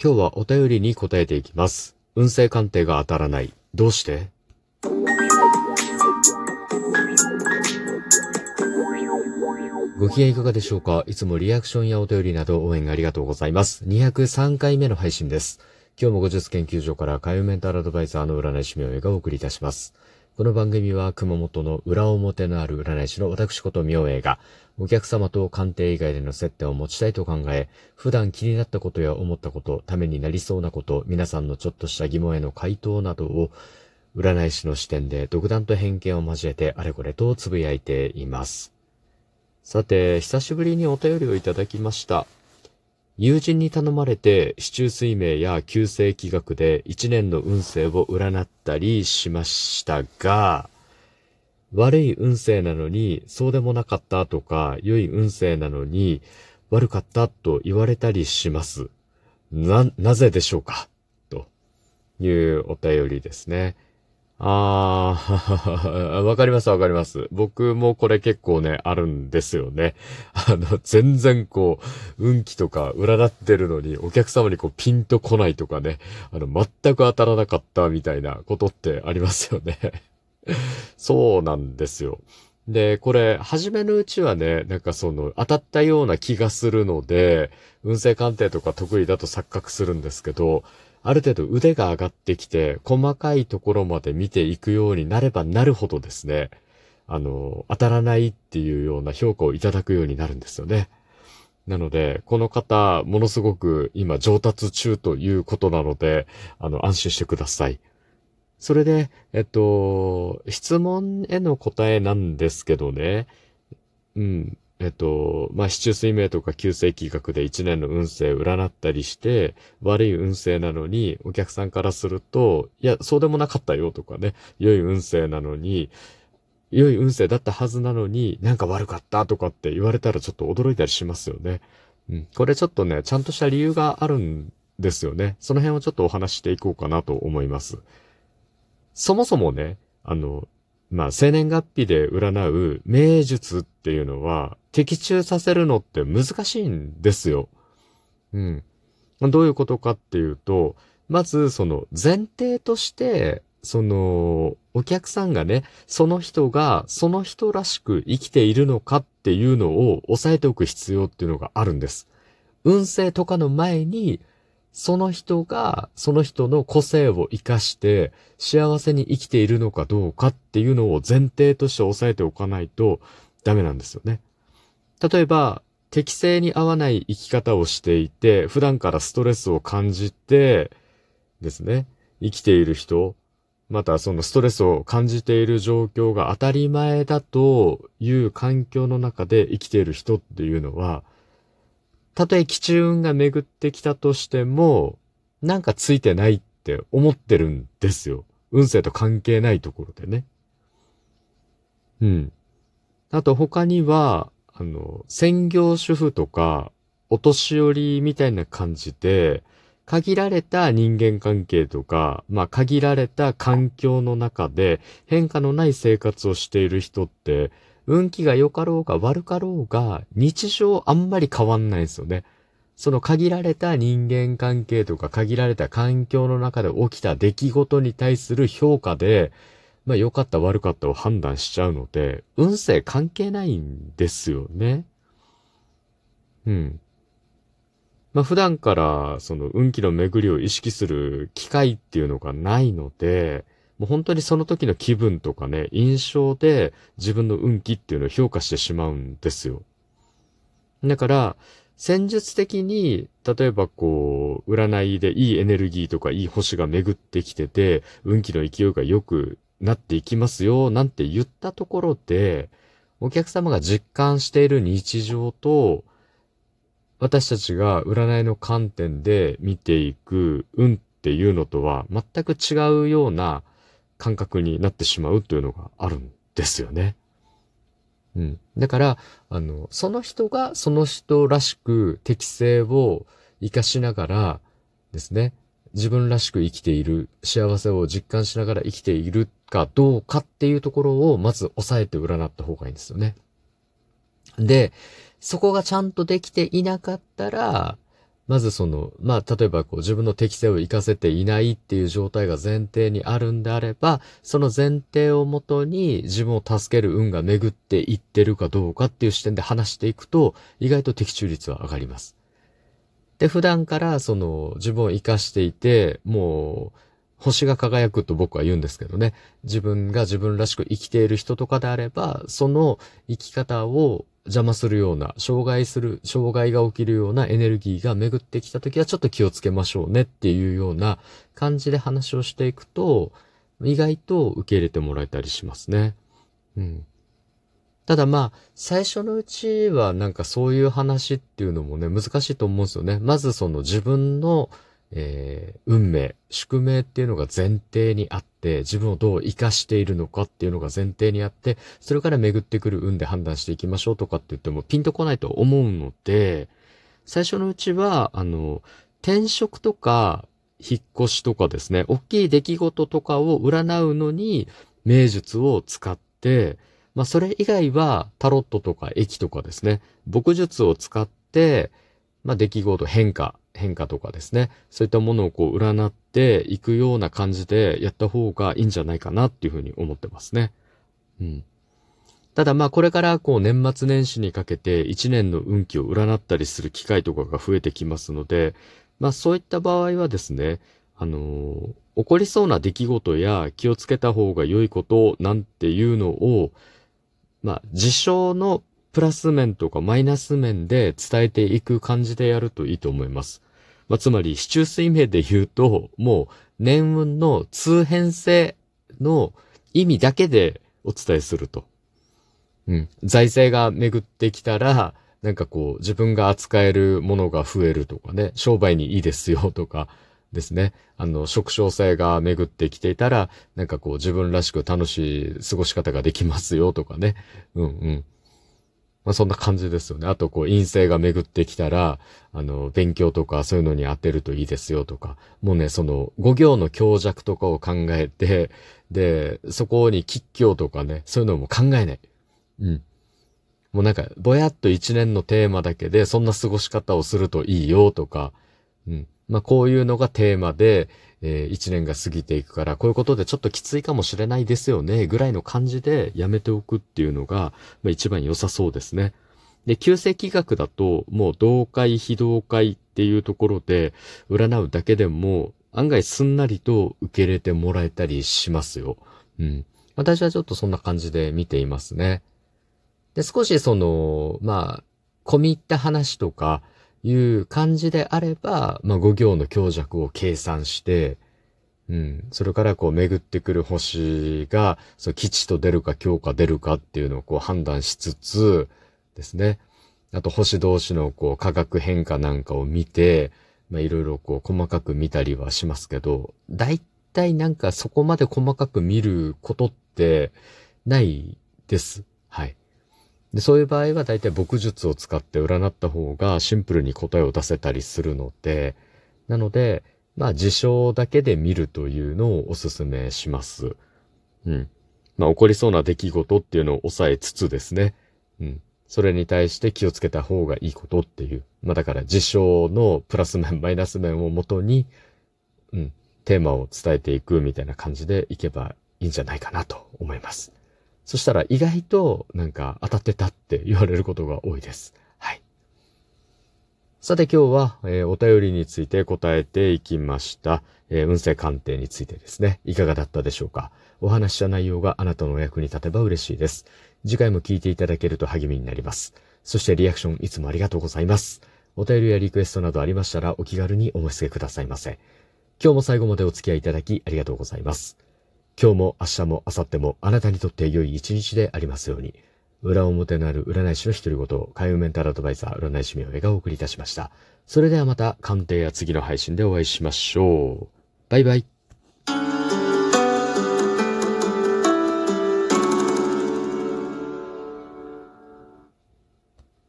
今日はお便りに答えていきます。運勢鑑定が当たらない。どうして？ご機嫌いかがでしょうか？いつもリアクションやお便りなど応援ありがとうございます。203回目の配信です。今日も50研究所から開運メンタルアドバイザーの占い師明恵がお送りいたします。この番組は熊本の裏表のある占い師の私こと明恵がお客様と鑑定以外での接点を持ちたいと考え、普段気になったことや思ったこと、ためになりそうなこと、皆さんのちょっとした疑問への回答などを占い師の視点で独断と偏見を交えてあれこれとつぶやいています。さて、久しぶりにお便りをいただきました。友人に頼まれて、四柱推命や九星気学で一年の運勢を占ったりしましたが、悪い運勢なのにそうでもなかったとか、良い運勢なのに悪かったと言われたりします。なぜでしょうかというお便りですね。わかりますわかります。僕もこれ結構ね、あるんですよね。全然運気とか占ってるのに、お客様にピンとこないとかね、全く当たらなかったみたいなことってありますよね。そうなんですよ。で、これ、初めのうちはね、当たったような気がするので、運勢鑑定とか得意だと錯覚するんですけど、ある程度腕が上がってきて、細かいところまで見ていくようになればなるほどですね、当たらないっていうような評価をいただくようになるんですよね。なので、この方、ものすごく今上達中ということなので、安心してください。それで、質問への答えなんですけどね、四柱推命とか九星気学で一年の運勢を占ったりして、悪い運勢なのに、お客さんからすると、いや、そうでもなかったよとかね、良い運勢なのに、良い運勢だったはずなのに、なんか悪かったとかって言われたらちょっと驚いたりしますよね。これちょっとね、ちゃんとした理由があるんですよね。その辺をちょっとお話していこうかなと思います。そもそもね、生年月日で占う命術っていうのは、的中させるのって難しいんですよ。どういうことかっていうと、まずその前提として、お客さんがね、その人がその人らしく生きているのかっていうのを押さえておく必要っていうのがあるんです。運勢とかの前に、その人が、その人の個性を生かして、幸せに生きているのかどうかっていうのを前提として押さえておかないとダメなんですよね。例えば、適性に合わない生き方をしていて、普段からストレスを感じてですね、生きている人、またそのストレスを感じている状況が当たり前だという環境の中で生きている人っていうのは、たとえ吉運が巡ってきたとしても、なんかついてないって思ってるんですよ。運勢と関係ないところでね。あと他には、専業主婦とか、お年寄りみたいな感じで、限られた人間関係とか、限られた環境の中で変化のない生活をしている人って、運気が良かろうが悪かろうが、日常あんまり変わんないんですよね。その限られた人間関係とか限られた環境の中で起きた出来事に対する評価で、良かった悪かったを判断しちゃうので、運勢関係ないんですよね。普段からその運気の巡りを意識する機会っていうのがないので、もう本当にその時の気分とかね、印象で自分の運気っていうのを評価してしまうんですよ。だから、戦術的に、例えば占いでいいエネルギーとかいい星が巡ってきてて、運気の勢いが良くなっていきますよ、なんて言ったところで、お客様が実感している日常と、私たちが占いの観点で見ていく運っていうのとは全く違うような感覚になってしまうというのがあるんですよね。だから、その人がその人らしく適性を活かしながらですね、自分らしく生きている、幸せを実感しながら生きているかどうかっていうところをまず抑えて占った方がいいんですよね。で、そこがちゃんとできていなかったら、 まず例えば自分の適性を活かせていないっていう状態が前提にあるんであれば、その前提をもとに自分を助ける運が巡っていってるかどうかっていう視点で話していくと、意外と的中率は上がります。で、普段から自分を活かしていて、もう、星が輝くと僕は言うんですけどね。自分が自分らしく生きている人とかであれば、その生き方を邪魔するような、障害が起きるようなエネルギーが巡ってきたときはちょっと気をつけましょうねっていうような感じで話をしていくと、意外と受け入れてもらえたりしますね。うん。ただ最初のうちはそういう話っていうのもね、難しいと思うんですよね。まず自分の、運命、宿命っていうのが前提にあって、自分をどう活かしているのかっていうのが前提にあって、それから巡ってくる運で判断していきましょうとかって言ってもピンとこないと思うので、最初のうちは、転職とか、引っ越しとかですね、大きい出来事とかを占うのに、名術を使って、それ以外は、タロットとか駅とかですね、卜術を使って、出来事、変化とかですね、そういったものを占っていくような感じでやった方がいいんじゃないかなっていうふうに思ってますね。うん。ただこれから年末年始にかけて1年の運気を占ったりする機会とかが増えてきますので、そういった場合はですね、起こりそうな出来事や気をつけた方が良いことなんていうのを、事象のプラス面とかマイナス面で伝えていく感じでやるといいと思います。つまり、四柱推命で言うと、もう年運の通変性の意味だけでお伝えすると。うん。財政が巡ってきたら、自分が扱えるものが増えるとかね、商売にいいですよとかですね。食傷性が巡ってきていたら、自分らしく楽しい過ごし方ができますよとかね。うんうん。そんな感じですよね。あと陰性が巡ってきたら、勉強とかそういうのに当てるといいですよとか。もうね、五行の強弱とかを考えて、で、そこに吉凶とかね、そういうのも考えない。うん。もうぼやっと一年のテーマだけで、そんな過ごし方をするといいよとか、うん。こういうのがテーマで、一年が過ぎていくから、こういうことでちょっときついかもしれないですよね、ぐらいの感じでやめておくっていうのが、一番良さそうですね。で、旧世紀学だと、もう同解、非同解っていうところで、占うだけでも、案外すんなりと受け入れてもらえたりしますよ。うん。私はちょっとそんな感じで見ていますね。で、少し込み入った話とかいう感じであれば、五行の強弱を計算して、うん。それから巡ってくる星が、吉と出るか強か出るかっていうのを判断しつつですね。あと星同士の化学変化なんかを見て、いろいろ細かく見たりはしますけど、だいたいそこまで細かく見ることってないです。はい。で、そういう場合はだいたい卜術を使って占った方がシンプルに答えを出せたりするので、なので、事象だけで見るというのをお勧めします。うん。起こりそうな出来事っていうのを抑えつつですね。うん。それに対して気をつけた方がいいことっていう。だから事象のプラス面、マイナス面をもとに、うん。テーマを伝えていくみたいな感じでいけばいいんじゃないかなと思います。そしたら意外と当たってたって言われることが多いです。はい。さて今日は、お便りについて答えていきました。運勢鑑定についてですね。いかがだったでしょうか。お話した内容があなたのお役に立てば嬉しいです。次回も聞いていただけると励みになります。そしてリアクションいつもありがとうございます。お便りやリクエストなどありましたらお気軽にお申し付けくださいませ。今日も最後までお付き合いいただきありがとうございます。今日も明日も明後日もあなたにとって良い一日でありますように。裏表のある占い師の独り言、開運メンタルアドバイザー占い師名上がお送りいたしました。それではまた鑑定や次の配信でお会いしましょう。バイバイ。